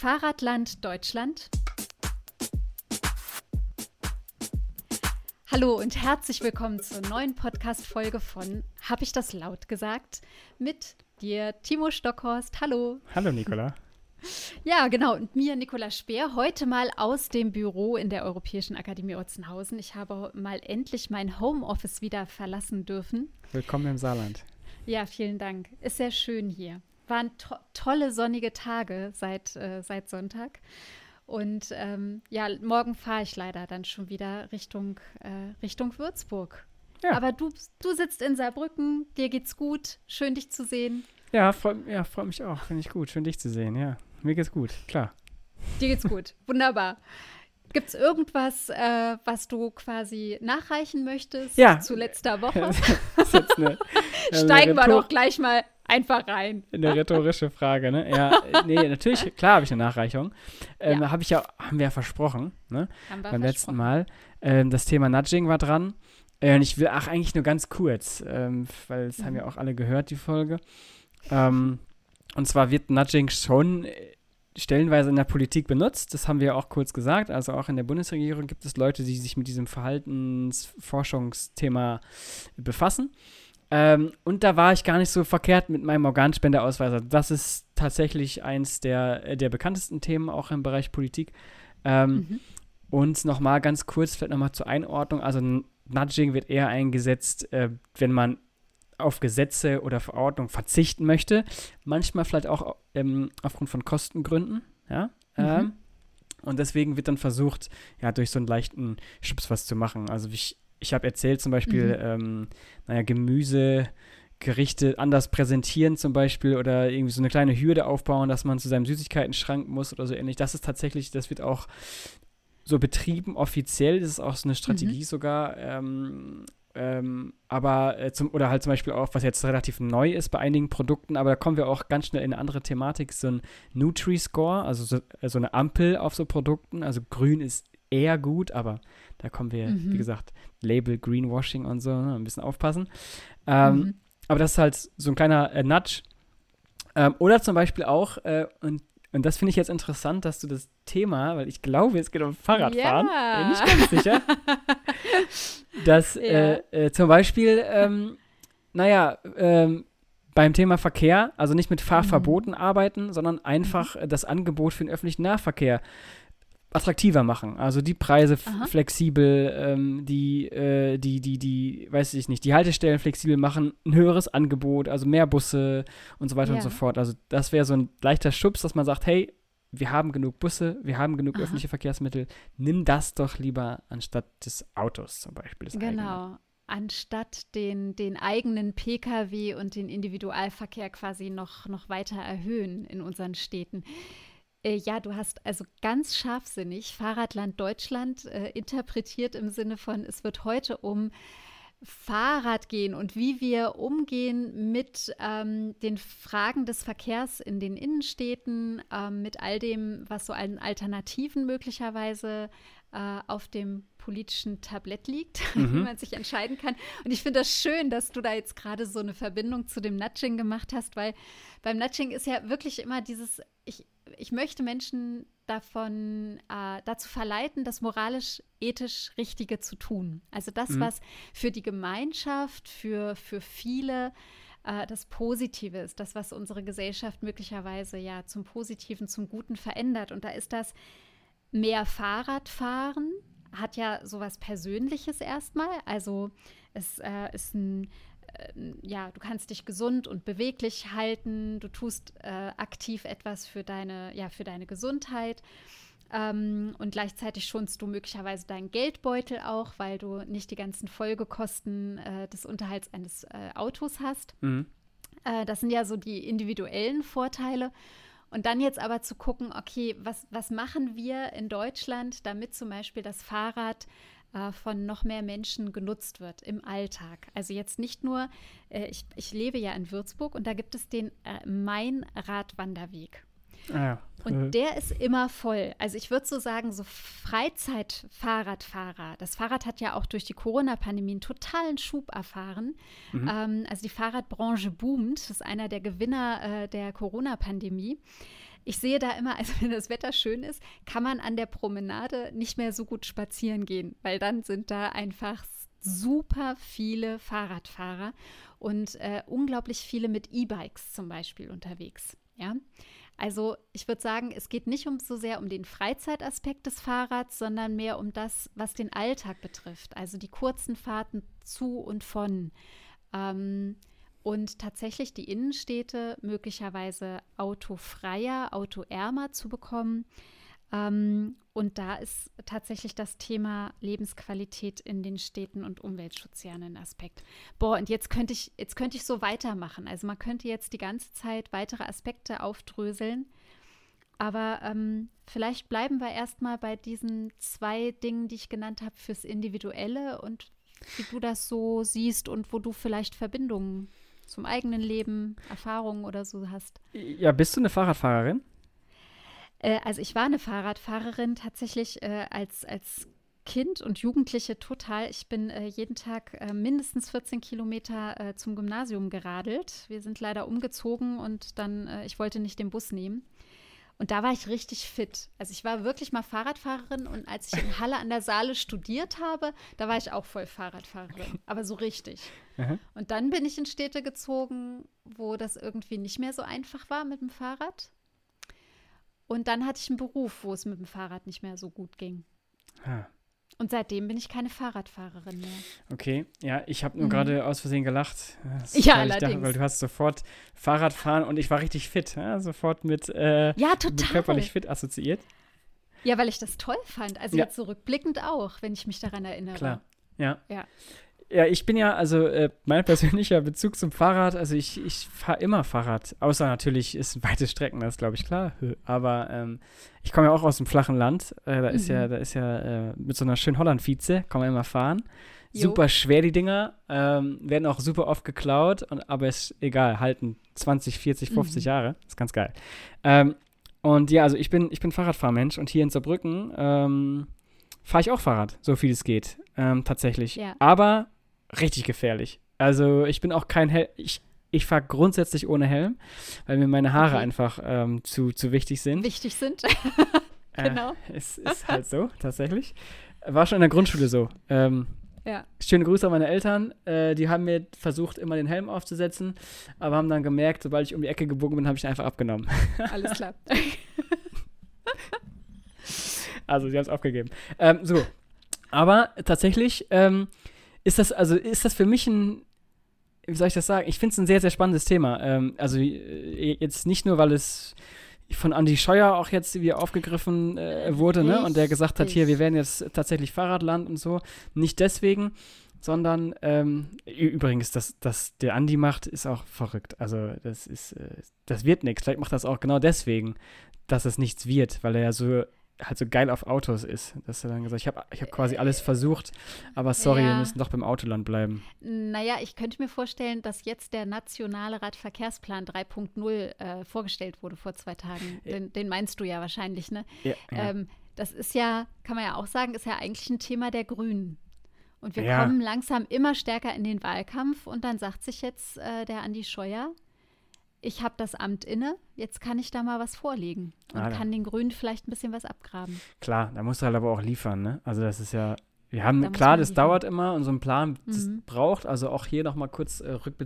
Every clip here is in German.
Fahrradland Deutschland. Hallo und herzlich willkommen zur neuen Podcast-Folge von Hab ich das laut gesagt? Mit dir, Timo Stockhorst. Hallo. Hallo, Nicola. Ja, genau. Und mir, Nicola Speer, heute mal aus dem Büro in der Europäischen Akademie Otzenhausen. Ich habe mal endlich mein Homeoffice wieder verlassen dürfen. Willkommen im Saarland. Ja, vielen Dank. Ist sehr schön hier. Waren tolle sonnige Tage seit Sonntag. Und morgen fahre ich leider dann schon wieder Richtung Würzburg. Ja. Aber du sitzt in Saarbrücken, dir geht's gut, schön dich zu sehen. Ja, freut mich auch, finde ich gut, schön dich zu sehen, ja. Mir geht's gut, klar. Dir geht's gut, wunderbar. Gibt's irgendwas, was du quasi nachreichen möchtest zu letzter Woche? Steigen wir doch gleich mal einfach rein. Eine rhetorische Frage, ne? Ja, nee, natürlich, klar habe ich eine Nachreichung. Haben wir ja versprochen, ne? Beim letzten Mal. Das Thema Nudging war dran. Und ich will eigentlich nur ganz kurz, weil es haben ja auch alle gehört, die Folge. Und zwar wird Nudging schon stellenweise in der Politik benutzt. Das haben wir ja auch kurz gesagt. Also auch in der Bundesregierung gibt es Leute, die sich mit diesem Verhaltensforschungsthema befassen. Und da war ich gar nicht so verkehrt mit meinem Organspendeausweis. Also das ist tatsächlich eins der bekanntesten Themen auch im Bereich Politik. Und nochmal ganz kurz, vielleicht nochmal zur Einordnung. Also Nudging wird eher eingesetzt, wenn man auf Gesetze oder Verordnungen verzichten möchte. Manchmal vielleicht auch aufgrund von Kostengründen. Ja? Und deswegen wird dann versucht, ja, durch so einen leichten Schubs was zu machen. Also ich habe erzählt zum Beispiel, Gemüsegerichte anders präsentieren zum Beispiel oder irgendwie so eine kleine Hürde aufbauen, dass man zu seinem Süßigkeiten-Schrank muss oder so ähnlich. Das ist tatsächlich, das wird auch so betrieben offiziell. Das ist auch so eine Strategie sogar. Oder halt zum Beispiel auch, was jetzt relativ neu ist bei einigen Produkten, aber da kommen wir auch ganz schnell in eine andere Thematik, so ein Nutri-Score, also so eine Ampel auf so Produkten. Also grün ist eher gut, aber da kommen wir, wie gesagt, Label Greenwashing und so, ne, ein bisschen aufpassen. Aber das ist halt so ein kleiner Nudge. Oder zum Beispiel auch, und das finde ich jetzt interessant, dass du das Thema, weil ich glaube, es geht um Fahrradfahren, bin nicht ganz sicher, dass zum Beispiel, beim Thema Verkehr, also nicht mit Fahrverboten arbeiten, sondern einfach das Angebot für den öffentlichen Nahverkehr attraktiver machen. Also die Preise flexibel, die weiß ich nicht, die Haltestellen flexibel machen, ein höheres Angebot, also mehr Busse und so weiter und so fort. Also das wäre so ein leichter Schubs, dass man sagt, hey, wir haben genug Busse, wir haben genug öffentliche Verkehrsmittel, nimm das doch lieber anstatt des Autos zum Beispiel. Genau. Anstatt den eigenen Pkw und den Individualverkehr quasi noch weiter erhöhen in unseren Städten. Ja, du hast also ganz scharfsinnig Fahrradland Deutschland interpretiert im Sinne von, es wird heute um Fahrrad gehen und wie wir umgehen mit den Fragen des Verkehrs in den Innenstädten, mit all dem, was so an Alternativen möglicherweise auf dem politischen Tablett liegt, wie man sich entscheiden kann. Und ich finde das schön, dass du da jetzt gerade so eine Verbindung zu dem Nudging gemacht hast, weil beim Nudging ist ja wirklich immer dieses, ich möchte Menschen dazu verleiten, das moralisch-ethisch Richtige zu tun. Also das, was für die Gemeinschaft, für viele das Positive ist, das, was unsere Gesellschaft möglicherweise ja zum Positiven, zum Guten verändert. Und da ist das mehr Fahrradfahren, hat ja sowas Persönliches erstmal. Also es ist du kannst dich gesund und beweglich halten, du tust aktiv etwas für deine Gesundheit und gleichzeitig schonst du möglicherweise deinen Geldbeutel auch, weil du nicht die ganzen Folgekosten des Unterhalts eines Autos hast. Das sind ja so die individuellen Vorteile. Und dann jetzt aber zu gucken, okay, was machen wir in Deutschland, damit zum Beispiel das Fahrrad von noch mehr Menschen genutzt wird im Alltag. Also jetzt nicht nur, ich lebe ja in Würzburg und da gibt es den Main-Radwanderweg. Und der ist immer voll. Also ich würde so sagen, so Freizeitfahrradfahrer. Das Fahrrad hat ja auch durch die Corona-Pandemie einen totalen Schub erfahren. Also die Fahrradbranche boomt. Das ist einer der Gewinner der Corona-Pandemie. Ich sehe da immer, also wenn das Wetter schön ist, kann man an der Promenade nicht mehr so gut spazieren gehen, weil dann sind da einfach super viele Fahrradfahrer und unglaublich viele mit E-Bikes zum Beispiel unterwegs. Ja, also ich würde sagen, es geht nicht so sehr um den Freizeitaspekt des Fahrrads, sondern mehr um das, was den Alltag betrifft. Also die kurzen Fahrten zu und von. Und tatsächlich die Innenstädte möglicherweise autofreier, autoärmer zu bekommen. Und da ist tatsächlich das Thema Lebensqualität in den Städten und Umweltschutz ja ein Aspekt. Boah, und jetzt könnte ich so weitermachen. Also man könnte jetzt die ganze Zeit weitere Aspekte aufdröseln. Aber vielleicht bleiben wir erstmal bei diesen 2 Dingen, die ich genannt habe, fürs Individuelle und wie du das so siehst und wo du vielleicht Verbindungen zum eigenen Leben, Erfahrungen oder so hast. Ja, bist du eine Fahrradfahrerin? Also ich war eine Fahrradfahrerin tatsächlich als Kind und Jugendliche total. Ich bin jeden Tag mindestens 14 Kilometer zum Gymnasium geradelt. Wir sind leider umgezogen und dann, ich wollte nicht den Bus nehmen. Und da war ich richtig fit. Also ich war wirklich mal Fahrradfahrerin und als ich in Halle an der Saale studiert habe, da war ich auch voll Fahrradfahrerin, aber so richtig. Aha. Und dann bin ich in Städte gezogen, wo das irgendwie nicht mehr so einfach war mit dem Fahrrad. Und dann hatte ich einen Beruf, wo es mit dem Fahrrad nicht mehr so gut ging. Ah. Und seitdem bin ich keine Fahrradfahrerin mehr. Okay, ja, ich habe nur gerade aus Versehen gelacht. Ja, weil allerdings. weil du hast sofort Fahrradfahren und ich war richtig fit, ja, sofort mit, Ja, mit total. körperlich fit assoziiert. Ja, weil ich das toll fand. Also Ja. jetzt zurückblickend auch, wenn ich mich daran erinnere. Klar, ja. Ja. Ja, ich bin ja, also mein persönlicher Bezug zum Fahrrad, also ich fahre immer Fahrrad, außer natürlich ist weite Strecken, das ist glaube ich klar, aber ich komme ja auch aus dem flachen Land, da ist ja mit so einer schönen Holland-Vize, kann man immer fahren, Jo. super schwer die Dinger, werden auch super oft geklaut, aber ist egal, halten 20, 40, 50 Jahre, ist ganz geil. Und ja, also ich bin Fahrradfahrmensch und hier in Saarbrücken fahre ich auch Fahrrad, so viel es geht, tatsächlich, Ja. aber richtig gefährlich. Also ich bin auch kein ich fahre grundsätzlich ohne Helm, weil mir meine Haare Okay. einfach zu wichtig sind. Wichtig sind. Genau. Es ist halt so, tatsächlich. War schon in der Grundschule so. Ja. Schöne Grüße an meine Eltern. Die haben mir versucht, immer den Helm aufzusetzen, aber haben dann gemerkt, sobald ich um die Ecke gebogen bin, habe ich ihn einfach abgenommen. Alles klar. Also sie haben es aufgegeben. So. Aber tatsächlich ist das für mich wie soll ich das sagen? Ich finde es ein sehr, sehr spannendes Thema. Also jetzt nicht nur, weil es von Andi Scheuer auch jetzt wieder aufgegriffen wurde, ne? Und der gesagt hat, hier, wir werden jetzt tatsächlich Fahrradland und so. Nicht deswegen, sondern übrigens, dass der Andi macht, ist auch verrückt. Also das wird nichts. Vielleicht macht das auch genau deswegen, dass es nichts wird, weil er ja so geil auf Autos ist, dass er dann gesagt ich hab quasi alles versucht, aber sorry, Ja. wir müssen doch beim Autoland bleiben. Naja, ich könnte mir vorstellen, dass jetzt der nationale Radverkehrsplan 3.0 vorgestellt wurde vor 2 Tagen. Den meinst du ja wahrscheinlich, ne? Ja. Das ist ja, kann man ja auch sagen, ist ja eigentlich ein Thema der Grünen. Und wir Ja. kommen langsam immer stärker in den Wahlkampf und dann sagt sich jetzt der Andi Scheuer, ich habe das Amt inne, jetzt kann ich da mal was vorlegen und kann den Grünen vielleicht ein bisschen was abgraben. Klar, da musst du halt aber auch liefern, ne? Also das ist ja, wir haben, Da muss klar, man das liefern. dauert immer und so ein Plan, das Mhm. braucht, also auch hier nochmal kurz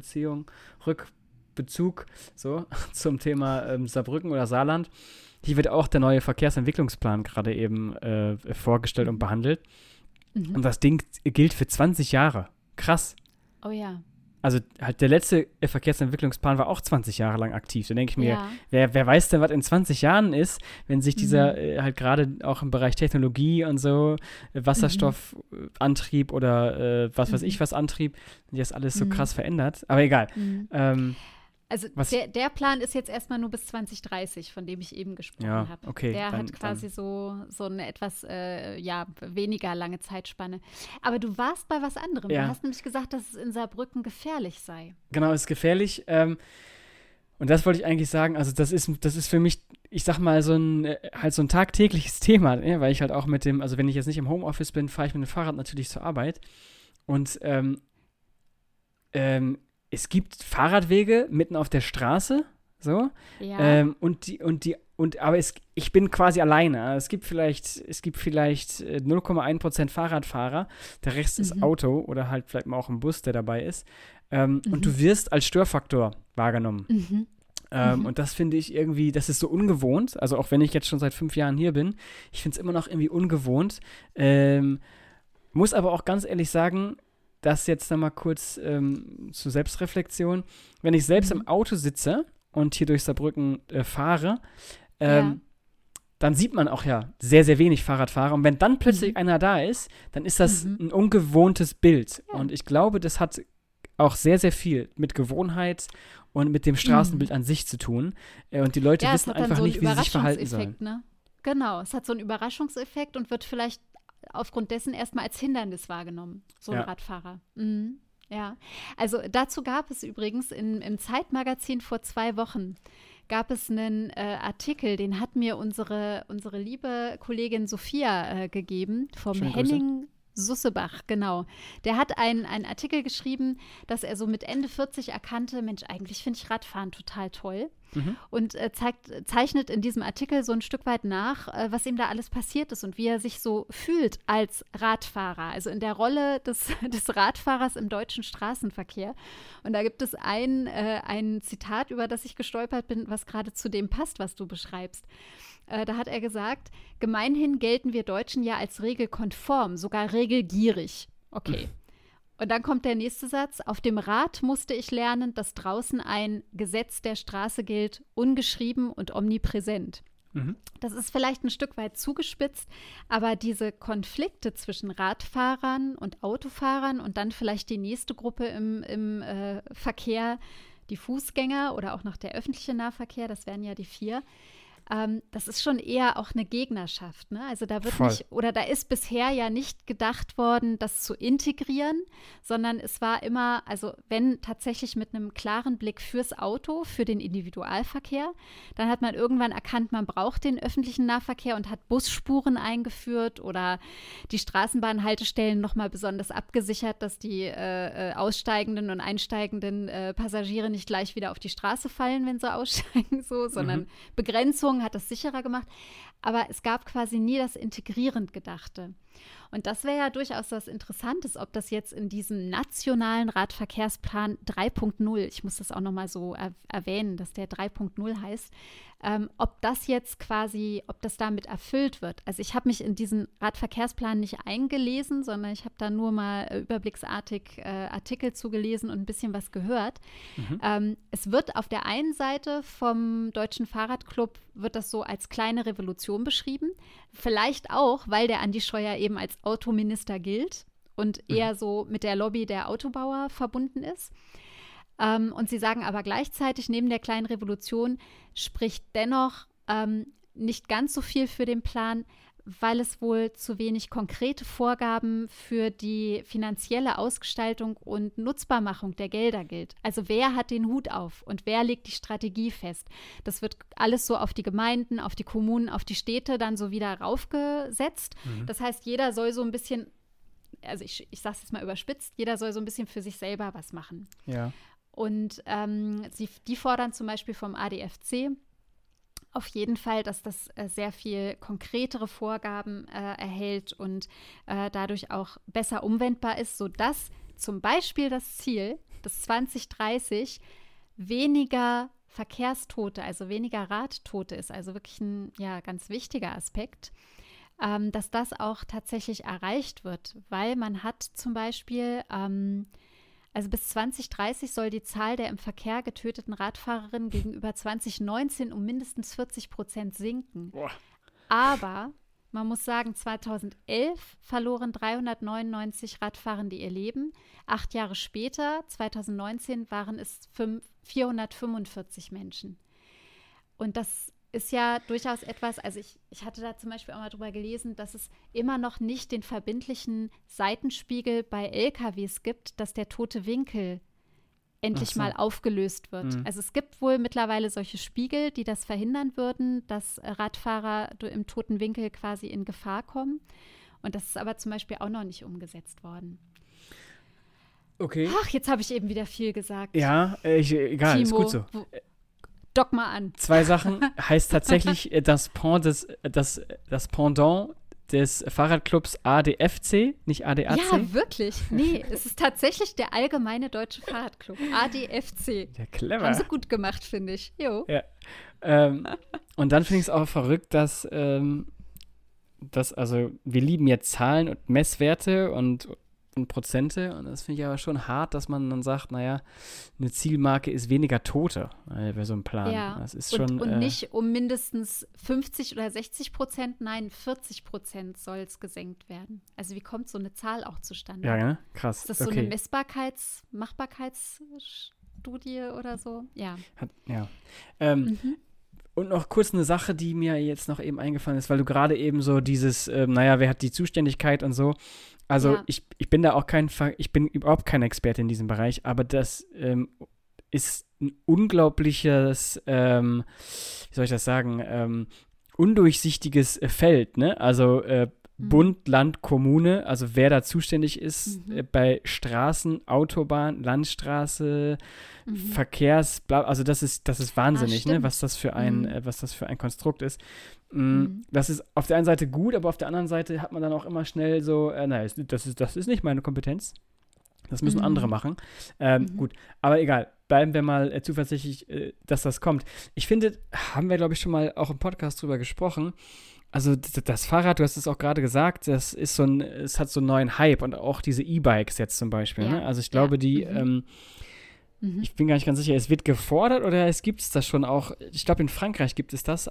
Rückbezug so zum Thema Saarbrücken oder Saarland. Hier wird auch der neue Verkehrsentwicklungsplan gerade eben vorgestellt und behandelt. Mhm. Und das Ding gilt für 20 Jahre. Krass. Oh ja. Also halt der letzte Verkehrsentwicklungsplan war auch 20 Jahre lang aktiv. Da denke ich mir, Ja. wer weiß denn, was in 20 Jahren ist, wenn sich dieser halt gerade auch im Bereich Technologie und so, Wasserstoffantrieb oder was weiß ich was Antrieb, wenn sich das alles so krass verändert. Aber egal. Also Was- der Plan ist jetzt erstmal nur bis 2030, von dem ich eben gesprochen Ja, habe. okay, Der dann- hat quasi so eine etwas weniger lange Zeitspanne. Aber du warst bei was anderem. Ja. Du hast nämlich gesagt, dass es in Saarbrücken gefährlich sei. Genau, ist gefährlich. Und das wollte ich eigentlich sagen, also das ist für mich, ich sag mal, so ein tagtägliches Thema, ne? Weil ich halt auch also wenn ich jetzt nicht im Homeoffice bin, fahre ich mit dem Fahrrad natürlich zur Arbeit. Und es gibt Fahrradwege mitten auf der Straße, So. Ja. Aber ich bin quasi alleine. Es gibt vielleicht 0,1% Fahrradfahrer, der Rest ist Auto oder halt vielleicht mal auch ein Bus, der dabei ist. Und du wirst als Störfaktor wahrgenommen. Und das finde ich irgendwie, das ist so ungewohnt. Also auch wenn ich jetzt schon seit 5 Jahren hier bin, ich finde es immer noch irgendwie ungewohnt. Muss aber auch ganz ehrlich sagen, das jetzt nochmal kurz zur Selbstreflexion. Wenn ich selbst im Auto sitze und hier durch Saarbrücken fahre, dann sieht man auch ja sehr, sehr wenig Fahrradfahrer. Und wenn dann plötzlich einer da ist, dann ist das ein ungewohntes Bild. Ja. Und ich glaube, das hat auch sehr, sehr viel mit Gewohnheit und mit dem Straßenbild an sich zu tun. Und die Leute wissen einfach nicht, wie sie sich verhalten sollen. Ne? Genau, es hat so einen Überraschungseffekt und wird vielleicht aufgrund dessen erstmal als Hindernis wahrgenommen, so ein Radfahrer. Ja, also dazu gab es übrigens im Zeitmagazin vor 2 Wochen gab es einen Artikel, den hat mir unsere liebe Kollegin Sophia gegeben, vom Henning Sussebach, genau. Der hat einen Artikel geschrieben, dass er so mit Ende 40 erkannte, Mensch, eigentlich finde ich Radfahren total toll. Und zeichnet in diesem Artikel so ein Stück weit nach, was ihm da alles passiert ist und wie er sich so fühlt als Radfahrer, also in der Rolle des Radfahrers im deutschen Straßenverkehr. Und da gibt es ein Zitat, über das ich gestolpert bin, was gerade zu dem passt, was du beschreibst. Da hat er gesagt, gemeinhin gelten wir Deutschen ja als regelkonform, sogar regelgierig. Okay. Und dann kommt der nächste Satz. Auf dem Rad musste ich lernen, dass draußen ein Gesetz der Straße gilt, ungeschrieben und omnipräsent. Das ist vielleicht ein Stück weit zugespitzt, aber diese Konflikte zwischen Radfahrern und Autofahrern und dann vielleicht die nächste Gruppe im Verkehr, die Fußgänger oder auch noch der öffentliche Nahverkehr, das wären ja die 4, das ist schon eher auch eine Gegnerschaft, ne? Also da wird nicht, oder da ist bisher ja nicht gedacht worden, das zu integrieren, sondern es war immer, also wenn tatsächlich mit einem klaren Blick fürs Auto, für den Individualverkehr, dann hat man irgendwann erkannt, man braucht den öffentlichen Nahverkehr und hat Busspuren eingeführt oder die Straßenbahnhaltestellen nochmal besonders abgesichert, dass die aussteigenden und einsteigenden Passagiere nicht gleich wieder auf die Straße fallen, wenn sie aussteigen, sondern Begrenzungen hat das sicherer gemacht, aber es gab quasi nie das integrierend Gedachte. Und das wäre ja durchaus was Interessantes, ob das jetzt in diesem nationalen Radverkehrsplan 3.0, ich muss das auch nochmal so erwähnen, dass der 3.0 heißt, ob das jetzt quasi, ob das damit erfüllt wird. Also ich habe mich in diesen Radverkehrsplan nicht eingelesen, sondern ich habe da nur mal überblicksartig Artikel zugelesen und ein bisschen was gehört. Es wird auf der einen Seite vom Deutschen Fahrradclub, wird das so als kleine Revolution beschrieben. Vielleicht auch, weil der Andi Scheuer eben als Autominister gilt und eher so mit der Lobby der Autobauer verbunden ist. Und sie sagen aber gleichzeitig, neben der kleinen Revolution spricht dennoch nicht ganz so viel für den Plan, weil es wohl zu wenig konkrete Vorgaben für die finanzielle Ausgestaltung und Nutzbarmachung der Gelder gilt. Also wer hat den Hut auf und wer legt die Strategie fest? Das wird alles so auf die Gemeinden, auf die Kommunen, auf die Städte dann so wieder raufgesetzt. Das heißt, jeder soll so ein bisschen, also ich sage es jetzt mal überspitzt, jeder soll so ein bisschen für sich selber was machen. Ja. Und die fordern zum Beispiel vom ADFC auf jeden Fall, dass das sehr viel konkretere Vorgaben erhält und dadurch auch besser umwendbar ist, sodass zum Beispiel das Ziel, dass 2030 weniger Verkehrstote, also weniger Radtote ist, also wirklich ein ganz wichtiger Aspekt, dass das auch tatsächlich erreicht wird, weil man hat zum Beispiel also bis 2030 soll die Zahl der im Verkehr getöteten Radfahrerinnen gegenüber 2019 um mindestens 40% sinken. Boah. Aber man muss sagen, 2011 verloren 399 Radfahrende ihr Leben. 8 Jahre später, 2019, waren es 445 Menschen. Und das ist ja durchaus etwas, also ich hatte da zum Beispiel auch mal drüber gelesen, dass es immer noch nicht den verbindlichen Seitenspiegel bei LKWs gibt, dass der tote Winkel endlich mal aufgelöst wird. Also es gibt wohl mittlerweile solche Spiegel, die das verhindern würden, dass Radfahrer im toten Winkel quasi in Gefahr kommen. Und das ist aber zum Beispiel auch noch nicht umgesetzt worden. Okay. Ach, jetzt habe ich eben wieder viel gesagt. Ja, egal, Timo, ist gut so. Dock mal an. 2 Sachen. Heißt tatsächlich das Pendant des Fahrradclubs ADFC, nicht ADAC. Ja, wirklich. Nee, es ist tatsächlich der Allgemeine Deutsche Fahrradclub, ADFC. Ja, clever. Haben sie gut gemacht, finde ich. Jo. Ja. Und dann finde ich es auch verrückt, dass also wir lieben jetzt Zahlen und Messwerte und Prozente und das finde ich aber schon hart, dass man dann sagt, naja, eine Zielmarke ist weniger Tote bei so einem Plan. Ja, das ist schon, und nicht um mindestens 50 oder 60%, nein, 40% soll es gesenkt werden. Also wie kommt so eine Zahl auch zustande? Ja, ne? Krass. Ist das so eine Machbarkeitsstudie oder so? Ja. Und noch kurz eine Sache, die mir jetzt noch eben eingefallen ist, weil du gerade eben so dieses, wer hat die Zuständigkeit und so. Also ja. ich bin da auch ich bin überhaupt kein Experte in diesem Bereich, aber das ist ein unglaubliches, wie soll ich das sagen, undurchsichtiges Feld, ne? Also Bund, Land, Kommune, also wer da zuständig ist bei Straßen, Autobahn, Landstraße, also das ist wahnsinnig, ne, was das für ein Konstrukt ist. Das ist auf der einen Seite gut, aber auf der anderen Seite hat man dann auch immer schnell so, das ist nicht meine Kompetenz. Das müssen andere machen. Gut, aber egal. Bleiben wir mal zuversichtlich, dass das kommt. Ich finde, haben wir, glaube ich, schon mal auch im Podcast drüber gesprochen. Also das Fahrrad, du hast es auch gerade gesagt, es hat so einen neuen Hype und auch diese E-Bikes jetzt zum Beispiel. Ja. Ne? Also ich glaube, ich bin gar nicht ganz sicher, es wird gefordert oder es gibt es das schon auch, ich glaube in Frankreich gibt es das,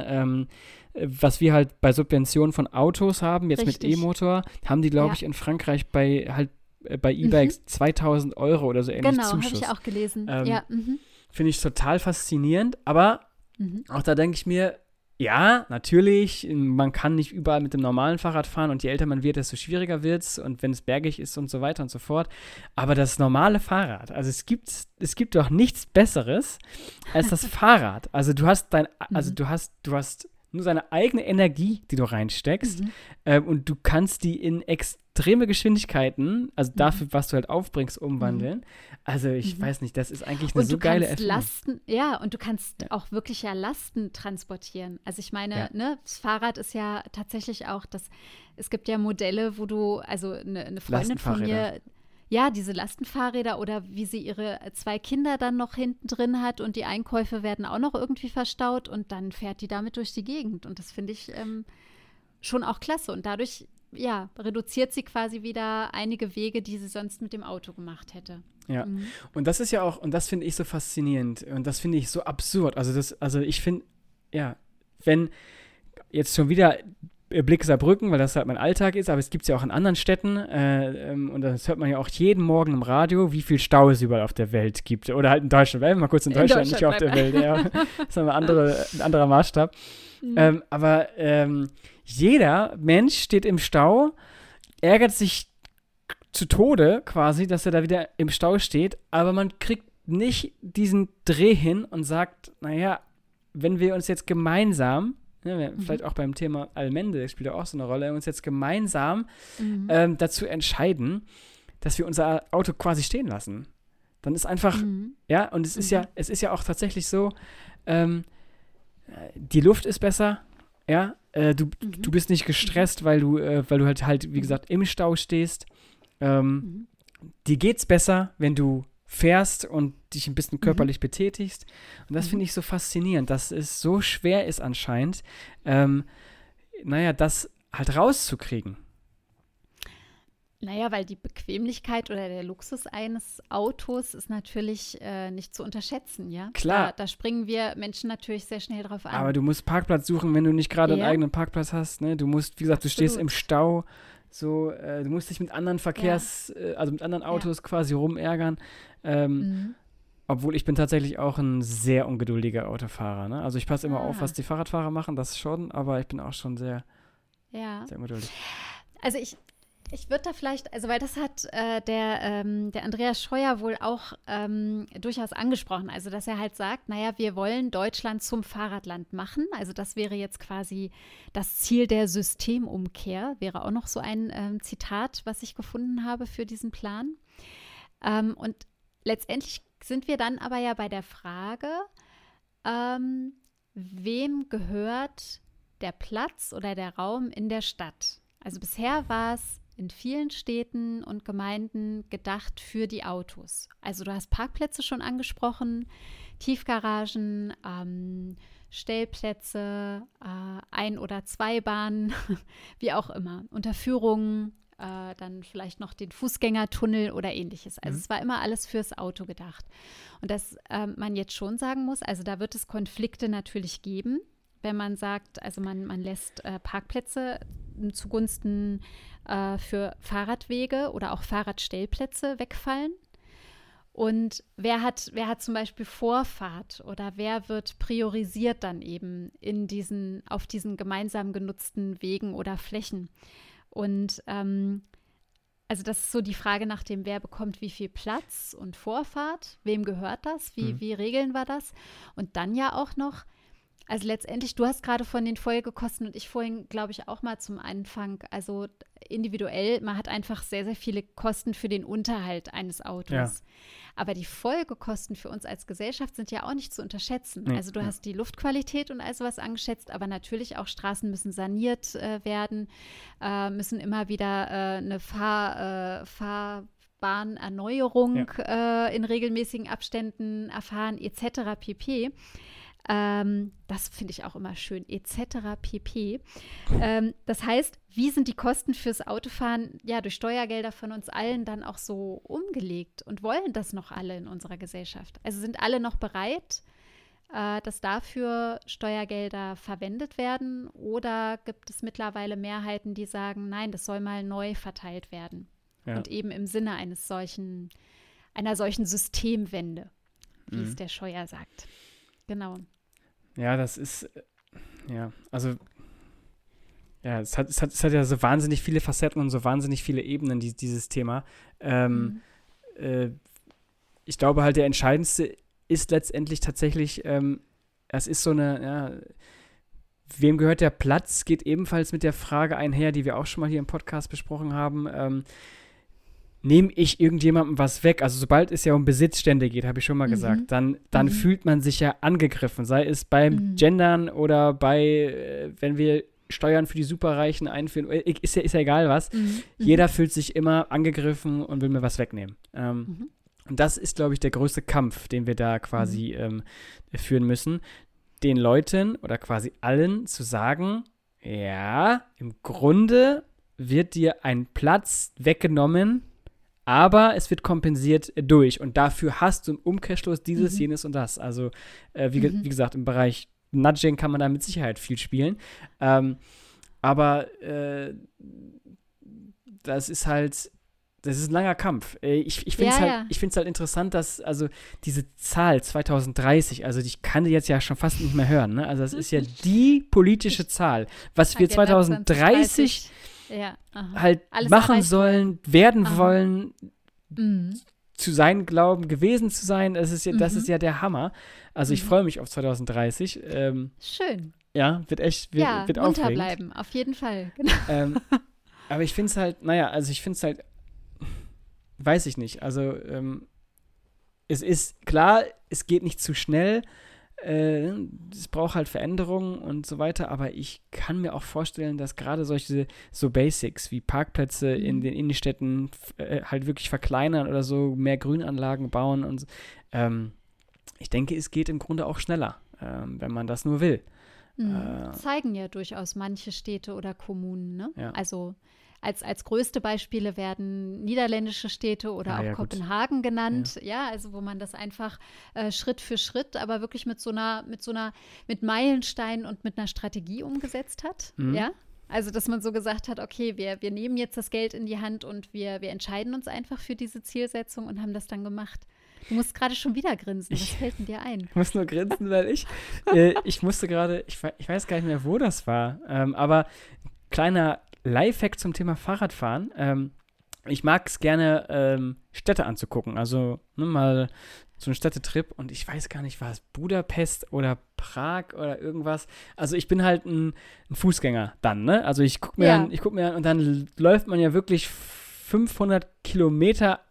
was wir halt bei Subventionen von Autos haben, jetzt Richtig. Mit E-Motor, haben die, glaube ich, in Frankreich bei E-Bikes 2.000 € oder so ähnlich Zuschuss. Genau, habe ich auch gelesen. Finde ich total faszinierend, aber auch da denke ich mir, ja, natürlich, man kann nicht überall mit dem normalen Fahrrad fahren und je älter man wird, desto schwieriger wird es und wenn es bergig ist und so weiter und so fort. Aber das normale Fahrrad, also es gibt doch nichts Besseres als das Fahrrad. Also du hast du hast nur seine eigene Energie, die du reinsteckst und du kannst die in extreme Geschwindigkeiten, also dafür, was du halt aufbringst, umwandeln. Also ich weiß nicht, das ist eigentlich eine so geile Erfindung. Und du kannst auch wirklich Lasten transportieren. Also ich meine, ne, das Fahrrad ist ja tatsächlich auch es gibt ja Modelle, wo du, also eine Freundin von mir, ja, diese Lastenfahrräder oder wie sie ihre 2 Kinder dann noch hinten drin hat und die Einkäufe werden auch noch irgendwie verstaut und dann fährt die damit durch die Gegend. Und das finde ich schon auch klasse. Und dadurch, reduziert sie quasi wieder einige Wege, die sie sonst mit dem Auto gemacht hätte. Ja, und das ist ja auch, und das finde ich so faszinierend und das finde ich so absurd. Also ich finde, wenn jetzt schon wieder Blick Saarbrücken, weil das halt mein Alltag ist, aber es gibt es ja auch in anderen Städten und das hört man ja auch jeden Morgen im Radio, wie viel Stau es überall auf der Welt gibt. Oder halt in Deutschland, bleiben wir mal kurz in Deutschland, nicht auf der Welt. Ja. Das ist ein anderer Maßstab. Aber jeder Mensch steht im Stau, ärgert sich zu Tode quasi, dass er da wieder im Stau steht, aber man kriegt nicht diesen Dreh hin und sagt, naja, wenn wir uns jetzt gemeinsam vielleicht auch beim Thema Allmende spielt ja auch so eine Rolle, uns jetzt gemeinsam dazu entscheiden, dass wir unser Auto quasi stehen lassen. Dann ist einfach, und es ist ja auch tatsächlich so, die Luft ist besser, du bist nicht gestresst, weil du halt, wie gesagt, im Stau stehst. Dir geht's besser, wenn du fährst und dich ein bisschen körperlich betätigst. Und das finde ich so faszinierend, dass es so schwer ist anscheinend, das halt rauszukriegen. Naja, weil die Bequemlichkeit oder der Luxus eines Autos ist natürlich nicht zu unterschätzen, ja? Klar. Da springen wir Menschen natürlich sehr schnell drauf an. Aber du musst Parkplatz suchen, wenn du nicht gerade einen eigenen Parkplatz hast, ne? Du musst, wie gesagt, du stehst im Stau, so, du musst dich mit anderen mit anderen Autos quasi rumärgern. Obwohl ich bin tatsächlich auch ein sehr ungeduldiger Autofahrer, ne? Also ich passe immer auf, was die Fahrradfahrer machen, das schon, aber ich bin auch schon sehr, sehr ungeduldig. Also ich würde da vielleicht, also weil das hat der Andreas Scheuer wohl auch durchaus angesprochen, also dass er halt sagt, naja, wir wollen Deutschland zum Fahrradland machen, also das wäre jetzt quasi das Ziel der Systemumkehr, wäre auch noch so ein Zitat, was ich gefunden habe für diesen Plan. Und letztendlich sind wir dann aber ja bei der Frage, wem gehört der Platz oder der Raum in der Stadt? Also bisher war es in vielen Städten und Gemeinden gedacht für die Autos. Also du hast Parkplätze schon angesprochen, Tiefgaragen, Stellplätze, Ein- oder Zweibahnen, wie auch immer, Unterführungen, dann vielleicht noch den Fußgängertunnel oder ähnliches. Also es war immer alles fürs Auto gedacht. Und dass man jetzt schon sagen muss, also da wird es Konflikte natürlich geben, wenn man sagt, also man lässt Parkplätze zugunsten für Fahrradwege oder auch Fahrradstellplätze wegfallen. Und wer hat zum Beispiel Vorfahrt oder wer wird priorisiert dann eben auf diesen gemeinsam genutzten Wegen oder Flächen? Und also das ist so die Frage nach dem, wer bekommt wie viel Platz und Vorfahrt, wem gehört das, wie regeln wir das? Und dann ja auch noch, also letztendlich, du hast gerade von den Folgekosten und ich vorhin, glaube ich, auch mal zum Anfang, also individuell, man hat einfach sehr, sehr viele Kosten für den Unterhalt eines Autos. Ja. Aber die Folgekosten für uns als Gesellschaft sind ja auch nicht zu unterschätzen. Nee, also du hast die Luftqualität und all sowas angeschätzt, aber natürlich auch Straßen müssen saniert werden, müssen immer wieder eine Fahrbahnerneuerung in regelmäßigen Abständen erfahren, etc. pp. Das finde ich auch immer schön, etc. pp. Das heißt, wie sind die Kosten fürs Autofahren ja durch Steuergelder von uns allen dann auch so umgelegt und wollen das noch alle in unserer Gesellschaft? Also sind alle noch bereit, dass dafür Steuergelder verwendet werden, oder gibt es mittlerweile Mehrheiten, die sagen, nein, das soll mal neu verteilt werden und eben im Sinne einer solchen Systemwende, wie es der Scheuer sagt. Genau. Ja, das ist, also, es hat ja so wahnsinnig viele Facetten und so wahnsinnig viele Ebenen, dieses Thema. Ich glaube halt, der entscheidendste ist letztendlich tatsächlich, es ist so eine, wem gehört der Platz, geht ebenfalls mit der Frage einher, die wir auch schon mal hier im Podcast besprochen haben, nehme ich irgendjemandem was weg? Also sobald es ja um Besitzstände geht, habe ich schon mal gesagt, dann fühlt man sich ja angegriffen, sei es beim Gendern oder wenn wir Steuern für die Superreichen einführen, ist ja egal was. Jeder fühlt sich immer angegriffen und will mir was wegnehmen. Und das ist, glaube ich, der größte Kampf, den wir da quasi führen müssen, den Leuten oder quasi allen zu sagen, ja, im Grunde wird dir ein Platz weggenommen, aber es wird kompensiert durch. Und dafür hast du im Umkehrschluss dieses, jenes und das. Also, wie gesagt, im Bereich Nudging kann man da mit Sicherheit viel spielen. Aber das ist ein langer Kampf. Ich finde es halt interessant, dass, also diese Zahl 2030, also ich kann die jetzt ja schon fast nicht mehr hören, ne? Also das ist ja die politische Zahl, was wir 2030 halt alles machen sollen, werden wollen, zu sein glauben, gewesen zu sein. Das ist ja der Hammer. Also ich freue mich auf 2030. Schön. Ja, wird aufregend. Munter bleiben, auf jeden Fall. Genau. Aber ich finde es halt, weiß ich nicht. Also es ist klar, es geht nicht zu schnell. Es braucht halt Veränderungen und so weiter, aber ich kann mir auch vorstellen, dass gerade solche so Basics wie Parkplätze in den Innenstädten halt wirklich verkleinern oder so, mehr Grünanlagen bauen und ich denke, es geht im Grunde auch schneller, wenn man das nur will. Zeigen ja durchaus manche Städte oder Kommunen, ne? Ja. Also als größte Beispiele werden niederländische Städte oder auch Kopenhagen genannt, also wo man das einfach Schritt für Schritt, aber wirklich mit Meilensteinen und mit einer Strategie umgesetzt hat, ja. Also, dass man so gesagt hat, okay, wir nehmen jetzt das Geld in die Hand und wir entscheiden uns einfach für diese Zielsetzung und haben das dann gemacht. Du musst gerade schon wieder grinsen. Was fällt denn dir ein? Ich muss nur grinsen, weil ich musste gerade, ich weiß gar nicht mehr, wo das war, aber kleiner Lifehack zum Thema Fahrradfahren. Ich mag es gerne, Städte anzugucken. Also mal so einen Städtetrip. Und ich weiß gar nicht, war es Budapest oder Prag oder irgendwas. Also ich bin halt ein Fußgänger dann, ne? Also ich gucke mir an und dann läuft man ja wirklich 500 Kilometer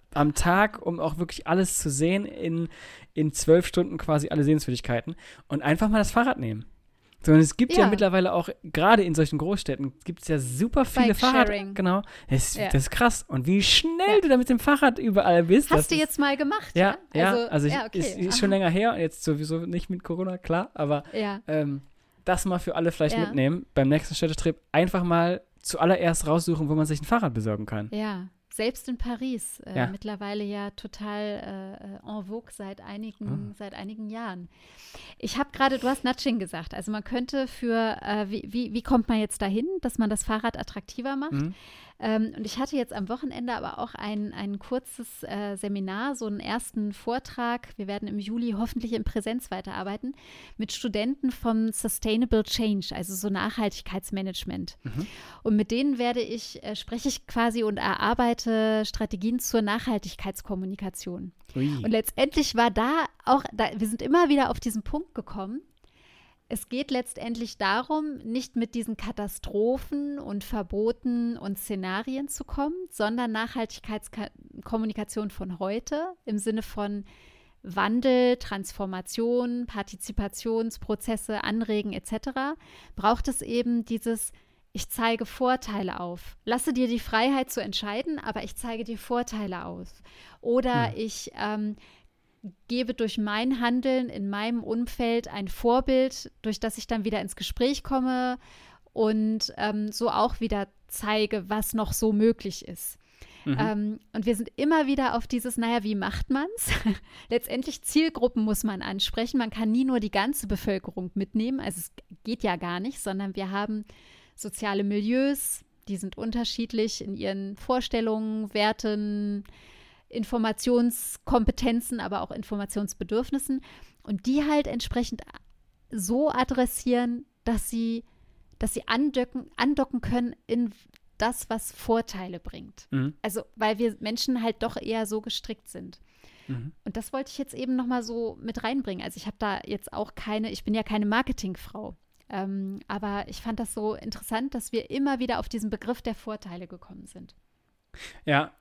am Tag, um auch wirklich alles zu sehen, in 12 Stunden quasi alle Sehenswürdigkeiten und einfach mal das Fahrrad nehmen. So, und es gibt ja mittlerweile auch, gerade in solchen Großstädten, gibt es ja super viele Fahrrad. Genau. Das ist krass. Und wie schnell du da mit dem Fahrrad überall bist. Hast du jetzt mal gemacht? Ja, also ist schon länger her, jetzt sowieso nicht mit Corona, klar, aber das mal für alle vielleicht mitnehmen. Beim nächsten Städtetrip einfach mal zuallererst raussuchen, wo man sich ein Fahrrad besorgen kann. Ja. Selbst in Paris, mittlerweile ja total en vogue seit einigen Jahren. Ich habe gerade, du hast Nudging gesagt, also man könnte wie kommt man jetzt dahin, dass man das Fahrrad attraktiver macht? Und ich hatte jetzt am Wochenende aber auch ein kurzes Seminar, so einen ersten Vortrag. Wir werden im Juli hoffentlich in Präsenz weiterarbeiten mit Studenten vom Sustainable Change, also so Nachhaltigkeitsmanagement. Und mit denen spreche ich quasi und erarbeite Strategien zur Nachhaltigkeitskommunikation. Und letztendlich war wir sind immer wieder auf diesen Punkt gekommen. Es geht letztendlich darum, nicht mit diesen Katastrophen und Verboten und Szenarien zu kommen, sondern Nachhaltigkeitskommunikation von heute im Sinne von Wandel, Transformation, Partizipationsprozesse, Anregen etc. braucht es eben dieses: Ich zeige Vorteile auf. Lasse dir die Freiheit zu entscheiden, aber ich zeige dir Vorteile auf. Oder ich gebe durch mein Handeln in meinem Umfeld ein Vorbild, durch das ich dann wieder ins Gespräch komme und so auch wieder zeige, was noch so möglich ist. Und wir sind immer wieder auf dieses, wie macht man's? Letztendlich Zielgruppen muss man ansprechen. Man kann nie nur die ganze Bevölkerung mitnehmen. Also es geht ja gar nicht, sondern wir haben soziale Milieus, die sind unterschiedlich in ihren Vorstellungen, Werten, Informationskompetenzen, aber auch Informationsbedürfnissen und die halt entsprechend so adressieren, dass sie andocken können in das, was Vorteile bringt. Also, weil wir Menschen halt doch eher so gestrickt sind. Und das wollte ich jetzt eben nochmal so mit reinbringen. Also ich habe da jetzt auch ich bin ja keine Marketingfrau, aber ich fand das so interessant, dass wir immer wieder auf diesen Begriff der Vorteile gekommen sind. Ja,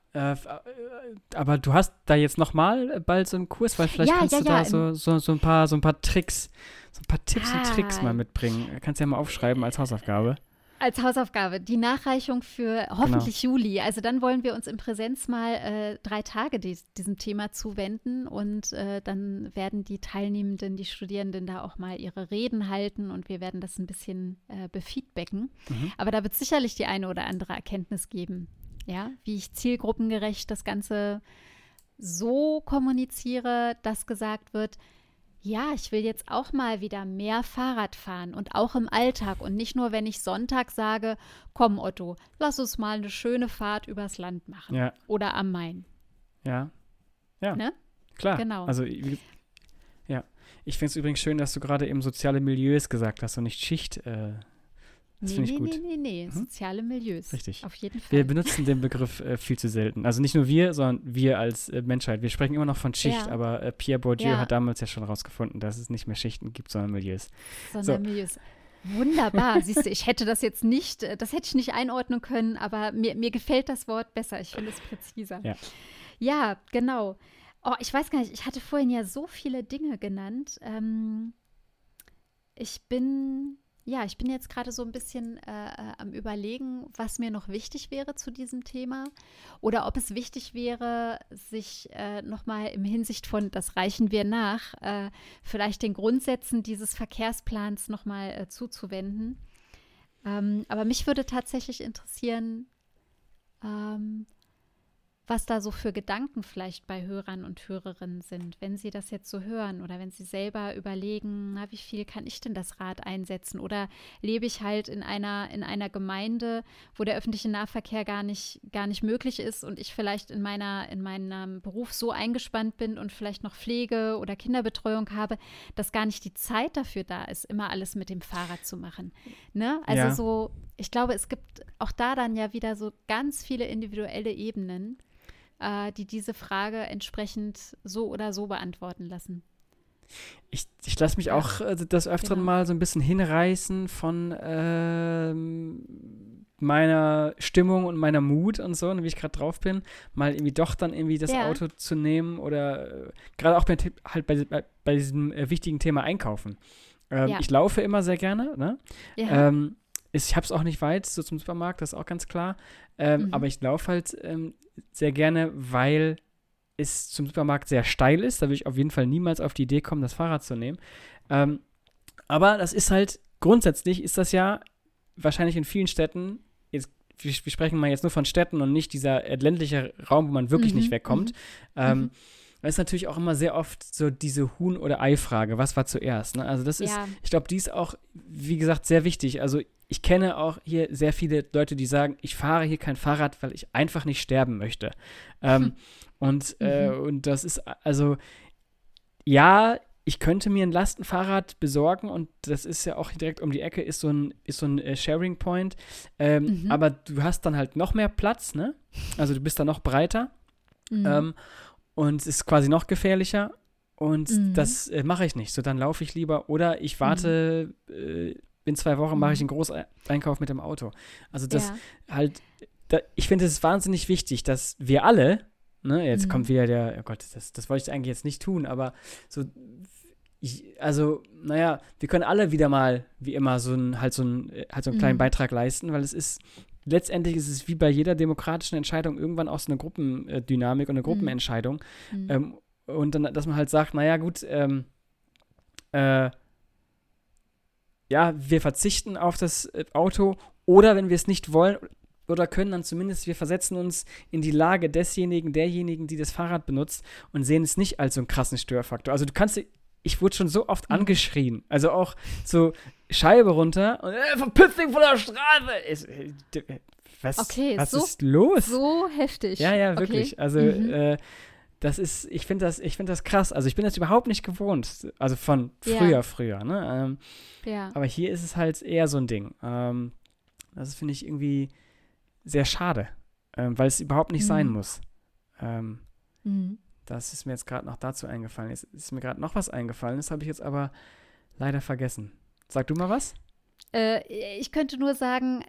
aber du hast da jetzt noch mal bald so einen Kurs, weil vielleicht kannst du da so ein paar Tricks, so ein paar Tipps und Tricks mal mitbringen. Kannst du ja mal aufschreiben als Hausaufgabe. Als Hausaufgabe, die Nachreichung für hoffentlich Juli. Also dann wollen wir uns in Präsenz mal 3 Tage diesem Thema zuwenden und dann werden die Teilnehmenden, die Studierenden da auch mal ihre Reden halten und wir werden das ein bisschen befeedbacken. Aber da wird es sicherlich die eine oder andere Erkenntnis geben. Ja, wie ich zielgruppengerecht das Ganze so kommuniziere, dass gesagt wird, ja, ich will jetzt auch mal wieder mehr Fahrrad fahren und auch im Alltag und nicht nur, wenn ich Sonntag sage, komm Otto, lass uns mal eine schöne Fahrt übers Land machen oder am Main. Ja, ne? Klar. Genau. Also, ich finde es übrigens schön, dass du gerade eben soziale Milieus gesagt hast und nicht Schicht. Das finde ich gut. Nee. Soziale Milieus. Richtig. Auf jeden Fall. Wir benutzen den Begriff viel zu selten. Also nicht nur wir, sondern wir als Menschheit. Wir sprechen immer noch von Schicht, aber Pierre Bourdieu hat damals ja schon rausgefunden, dass es nicht mehr Schichten gibt, sondern Milieus. Milieus. Wunderbar. Siehst du, ich hätte das jetzt nicht, das hätte ich nicht einordnen können, aber mir gefällt das Wort besser. Ich finde es präziser. Ja, genau. Oh, ich weiß gar nicht, ich hatte vorhin ja so viele Dinge genannt. Ich bin jetzt gerade so ein bisschen am Überlegen, was mir noch wichtig wäre zu diesem Thema oder ob es wichtig wäre, sich nochmal im Hinsicht von, das reichen wir nach, vielleicht den Grundsätzen dieses Verkehrsplans nochmal zuzuwenden. Aber mich würde tatsächlich interessieren, was da so für Gedanken vielleicht bei Hörern und Hörerinnen sind, wenn sie das jetzt so hören oder wenn sie selber überlegen, wie viel kann ich denn das Rad einsetzen oder lebe ich halt in einer Gemeinde, wo der öffentliche Nahverkehr gar nicht möglich ist und ich vielleicht in meinem Beruf so eingespannt bin und vielleicht noch Pflege oder Kinderbetreuung habe, dass gar nicht die Zeit dafür da ist, immer alles mit dem Fahrrad zu machen. Ne? Also so, ich glaube, es gibt auch da dann ja wieder so ganz viele individuelle Ebenen, die diese Frage entsprechend so oder so beantworten lassen. Ich lasse mich auch des Öfteren mal so ein bisschen hinreißen von meiner Stimmung und meiner Mut und so, und wie ich gerade drauf bin, mal irgendwie doch dann irgendwie das Auto zu nehmen oder gerade auch bei diesem wichtigen Thema Einkaufen. Ich laufe immer sehr gerne, ne? Ja. Ich habe es auch nicht weit, so zum Supermarkt, das ist auch ganz klar. Aber ich laufe halt sehr gerne, weil es zum Supermarkt sehr steil ist. Da würde ich auf jeden Fall niemals auf die Idee kommen, das Fahrrad zu nehmen. Aber das ist halt, grundsätzlich ist das ja wahrscheinlich in vielen Städten, wir sprechen mal jetzt nur von Städten und nicht dieser ländliche Raum, wo man wirklich nicht wegkommt. Da ist natürlich auch immer sehr oft so diese Huhn- oder Ei-Frage, was war zuerst? Ne? Also das ist, ich glaube, die ist auch, wie gesagt, sehr wichtig. Also ich kenne auch hier sehr viele Leute, die sagen, ich fahre hier kein Fahrrad, weil ich einfach nicht sterben möchte. Und das ist, also, ja, ich könnte mir ein Lastenfahrrad besorgen und das ist ja auch direkt um die Ecke, ist so ein Sharing Point. Aber du hast dann halt noch mehr Platz, ne? Also du bist dann noch breiter und es ist quasi noch gefährlicher und das mache ich nicht. So, dann laufe ich lieber oder ich warte, in 2 Wochen mache ich einen Großeinkauf mit dem Auto. Also das halt, ich finde es ist wahnsinnig wichtig, dass wir alle, ne, jetzt kommt wieder oh Gott, das wollte ich eigentlich jetzt nicht tun, aber so, naja, wir können alle wieder mal, wie immer, so einen kleinen Beitrag leisten, weil letztendlich ist es wie bei jeder demokratischen Entscheidung irgendwann auch so eine Gruppendynamik und eine Gruppenentscheidung. Und dann, dass man halt sagt, naja, gut, wir verzichten auf das Auto oder wenn wir es nicht wollen oder können, dann zumindest wir versetzen uns in die Lage derjenigen, die das Fahrrad benutzt und sehen es nicht als so einen krassen Störfaktor. Also ich wurde schon so oft angeschrien, also auch so Scheibe runter und verpiss dich von der Straße. Was ist los? So heftig. Ja, wirklich. Okay. Also ich finde das krass. Also ich bin das überhaupt nicht gewohnt. Also von früher, ne? Aber hier ist es halt eher so ein Ding. Das finde ich irgendwie sehr schade, weil es überhaupt nicht sein muss. Das ist mir jetzt gerade noch dazu eingefallen. Jetzt ist mir gerade noch was eingefallen, das habe ich jetzt aber leider vergessen. Sag du mal was? Ich könnte nur sagen,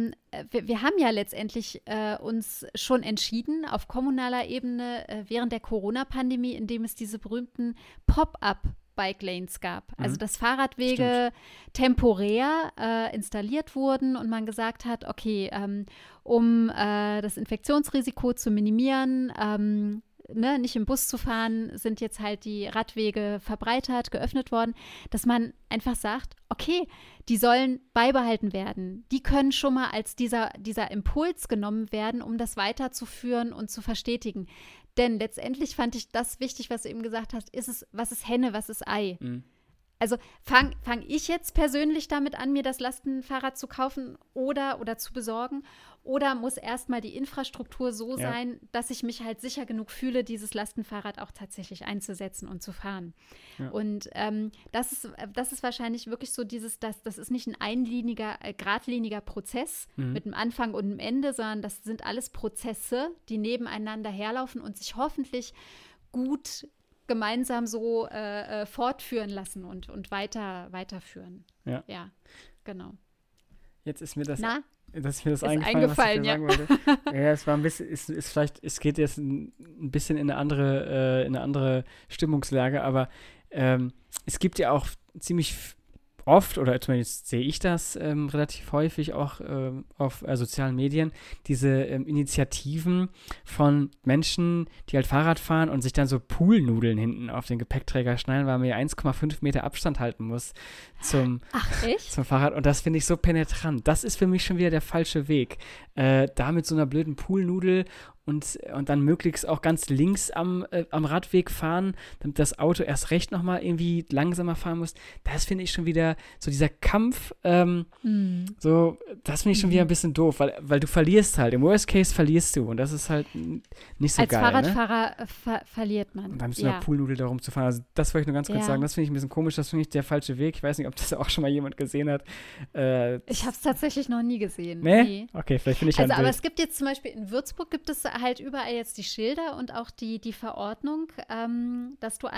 wir haben ja letztendlich uns schon entschieden auf kommunaler Ebene während der Corona-Pandemie, indem es diese berühmten Pop-up-Bike-Lanes gab. Also dass Fahrradwege temporär installiert wurden und man gesagt hat, okay, um das Infektionsrisiko zu minimieren, nicht im Bus zu fahren, sind jetzt halt die Radwege verbreitert, geöffnet worden, dass man einfach sagt, okay, die sollen beibehalten werden. Die können schon mal als dieser Impuls genommen werden, um das weiterzuführen und zu verstetigen. Denn letztendlich fand ich das wichtig, was du eben gesagt hast, was ist Henne, was ist Ei? Also fang ich jetzt persönlich damit an, mir das Lastenfahrrad zu kaufen oder zu besorgen? Oder muss erstmal die Infrastruktur so sein, dass ich mich halt sicher genug fühle, dieses Lastenfahrrad auch tatsächlich einzusetzen und zu fahren? Ja. Und das ist wahrscheinlich wirklich so das ist nicht ein geradliniger Prozess mit einem Anfang und einem Ende, sondern das sind alles Prozesse, die nebeneinander herlaufen und sich hoffentlich gut gemeinsam so fortführen lassen und weiterführen. Ja, genau. Jetzt ist mir das ist eingefallen, was ich sagen wollte. Ja, es war ein bisschen, es geht jetzt ein bisschen in eine andere Stimmungslage, aber es gibt ja auch ziemlich oft, oder zumindest sehe ich das relativ häufig auch auf sozialen Medien, diese Initiativen von Menschen, die halt Fahrrad fahren und sich dann so Poolnudeln hinten auf den Gepäckträger schneiden, weil man ja 1,5 Meter Abstand halten muss zum Fahrrad. Und das finde ich so penetrant. Das ist für mich schon wieder der falsche Weg. Da mit so einer blöden Poolnudel und dann möglichst auch ganz links am Radweg fahren, damit das Auto erst recht nochmal irgendwie langsamer fahren muss. Das finde ich schon wieder, so dieser Kampf, so, das finde ich schon wieder ein bisschen doof, weil du verlierst halt. Im Worst Case verlierst du und das ist halt nicht so geil. Als Fahrradfahrer verliert man. Und dann mit so einer Poolnudel da rumzufahren. Also das wollte ich nur ganz kurz sagen. Das finde ich ein bisschen komisch. Das finde ich der falsche Weg. Ich weiß nicht, ob das auch schon mal jemand gesehen hat. Ich habe es tatsächlich noch nie gesehen. Nee? Okay, vielleicht finde ich aber es gibt jetzt zum Beispiel in Würzburg halt überall jetzt die Schilder und auch die Verordnung, dass du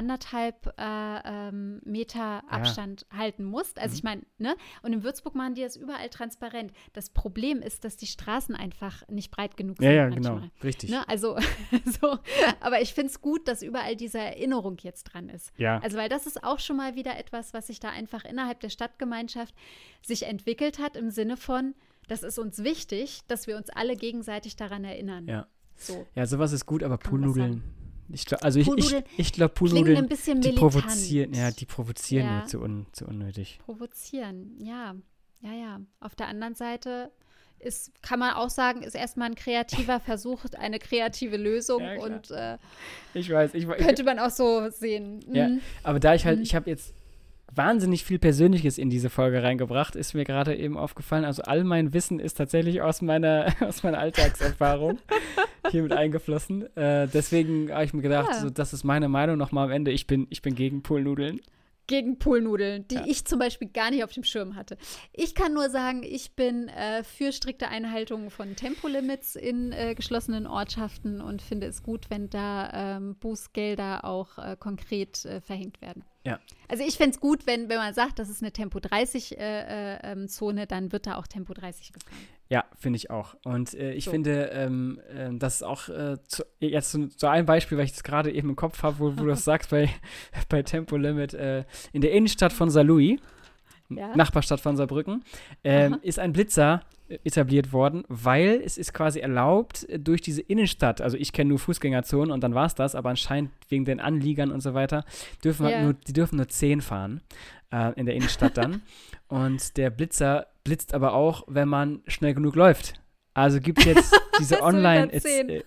1,5 Meter Abstand halten musst. Also ich meine, ne? Und in Würzburg machen die das überall transparent. Das Problem ist, dass die Straßen einfach nicht breit genug sind. Ja, manchmal. genau, richtig. Ne? Also, so. Aber ich finde es gut, dass überall diese Erinnerung jetzt dran ist. Ja. Also, weil das ist auch schon mal wieder etwas, was sich da einfach innerhalb der Stadtgemeinschaft sich entwickelt hat, im Sinne von, das ist uns wichtig, dass wir uns alle gegenseitig daran erinnern. Ja. So. Ja, sowas ist gut, aber Poolnudeln. Ich glaube, Poolnudeln ein bisschen die militant. provozieren nur zu unnötig. Provozieren, ja. Ja. Auf der anderen Seite kann man auch sagen, ist erstmal ein kreativer Versuch, eine kreative Lösung. Ja, und ich weiß. könnte man auch so sehen. Ja, aber da ich habe jetzt wahnsinnig viel Persönliches in diese Folge reingebracht, ist mir gerade eben aufgefallen. Also all mein Wissen ist tatsächlich aus meiner Alltagserfahrung hier mit eingeflossen. Deswegen habe ich mir gedacht, so, das ist meine Meinung nochmal am Ende. Ich bin gegen Poolnudeln. Gegen Poolnudeln, die ich zum Beispiel gar nicht auf dem Schirm hatte. Ich kann nur sagen, ich bin für strikte Einhaltung von Tempolimits in geschlossenen Ortschaften und finde es gut, wenn da Bußgelder auch konkret verhängt werden. Ja. Also ich fände es gut, wenn man sagt, das ist eine Tempo 30 Zone, dann wird da auch Tempo 30 gefahren. Ja, finde ich auch. Und ich finde, das ist auch jetzt so ein Beispiel, weil ich das gerade eben im Kopf habe, wo du das sagst bei Tempolimit in der Innenstadt von Saarlouis, Nachbarstadt von Saarbrücken, ist ein Blitzer etabliert worden, weil es ist quasi erlaubt durch diese Innenstadt, also ich kenne nur Fußgängerzonen und dann war es das, aber anscheinend wegen den Anliegern und so weiter, die dürfen nur 10 fahren in der Innenstadt dann. Und der Blitzer blitzt aber auch, wenn man schnell genug läuft. Also gibt es jetzt diese Online-Challenge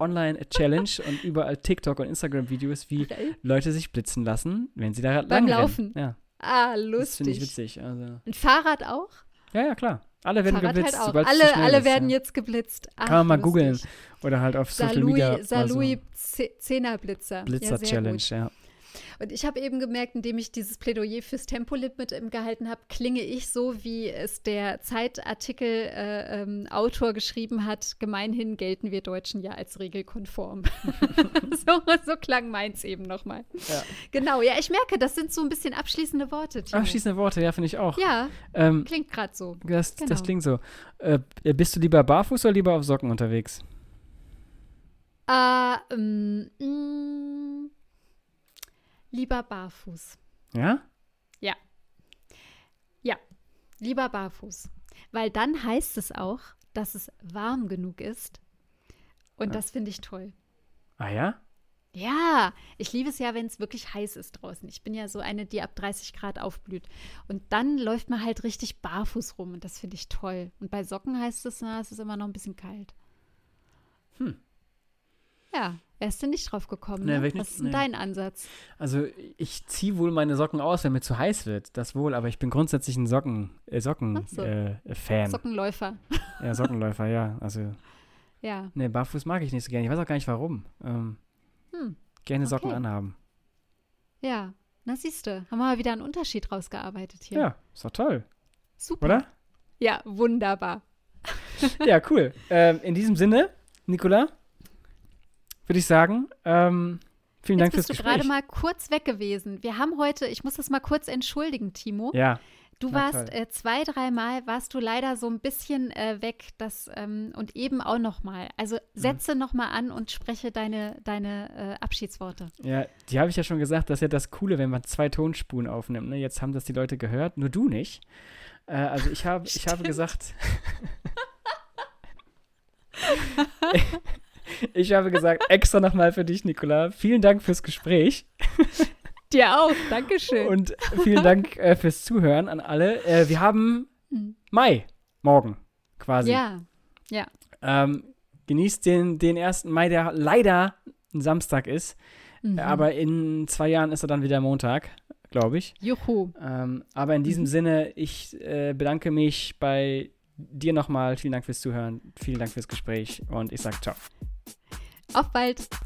und überall TikTok- und Instagram-Videos, wie Leute sich blitzen lassen, wenn sie da beim lang Laufen. Ja. Ah, lustig. Das finde ich witzig. Also. Ein Fahrrad auch? Ja, klar. Alle werden Fahrrad geblitzt, halt auch. sobald es zu schnell Alle ist, werden jetzt geblitzt. Ach, kann man mal lustig. googeln oder halt auf Social Media. Saarlouis 10er-Blitzer. Blitzer-Challenge, ja. Und ich habe eben gemerkt, indem ich dieses Plädoyer fürs Tempolimit gehalten habe, klinge ich so, wie es der Zeitartikel-Autor geschrieben hat, gemeinhin gelten wir Deutschen ja als regelkonform. so klang meins eben nochmal. Ja. Genau, ja, ich merke, das sind so ein bisschen abschließende Worte, Timo. Abschließende Worte, ja, finde ich auch. Ja, klingt gerade so. Das klingt so. Bist du lieber barfuß oder lieber auf Socken unterwegs? Lieber barfuß. Ja? Ja. Ja, lieber barfuß. Weil dann heißt es auch, dass es warm genug ist. Und das finde ich toll. Ah ja? Ja, ich liebe es ja, wenn es wirklich heiß ist draußen. Ich bin ja so eine, die ab 30 Grad aufblüht. Und dann läuft man halt richtig barfuß rum. Und das finde ich toll. Und bei Socken heißt es, es ist immer noch ein bisschen kalt. Ja, wärst du nicht drauf gekommen, ne? Was ist denn dein Ansatz? Also ich ziehe wohl meine Socken aus, wenn mir zu heiß wird, das wohl, aber ich bin grundsätzlich ein Socken-Fan. Sockenläufer. Ja, Sockenläufer, ja. Also, ja. Nee, barfuß mag ich nicht so gerne. Ich weiß auch gar nicht, warum. Gerne Socken anhaben. Ja, na siehste, haben wir mal wieder einen Unterschied rausgearbeitet hier. Ja, ist doch toll. Super. Oder? Ja, wunderbar. Ja, cool. In diesem Sinne, Nicola, würde ich sagen, vielen Dank fürs Gespräch. Jetzt bist du gerade mal kurz weg gewesen. Wir haben heute, ich muss das mal kurz entschuldigen, Timo. Ja. Du warst 2-3 Mal, warst du leider so ein bisschen weg, und eben auch noch mal. Also setze noch mal an und spreche deine Abschiedsworte. Ja, die habe ich ja schon gesagt, das ist ja das Coole, wenn man 2 Tonspuren aufnimmt. Ne? Jetzt haben das die Leute gehört, nur du nicht. Also ich habe gesagt, ich habe gesagt, extra nochmal für dich, Nicola. Vielen Dank fürs Gespräch. Dir auch, Dankeschön. Und vielen Dank fürs Zuhören an alle. Wir haben Mai morgen quasi. Ja. Genießt den 1. Mai, der leider ein Samstag ist. Aber in 2 Jahren ist er dann wieder Montag, glaube ich. Juhu. Aber in diesem Sinne, ich bedanke mich bei dir nochmal. Vielen Dank fürs Zuhören. Vielen Dank fürs Gespräch. Und ich sage ciao. Auf bald.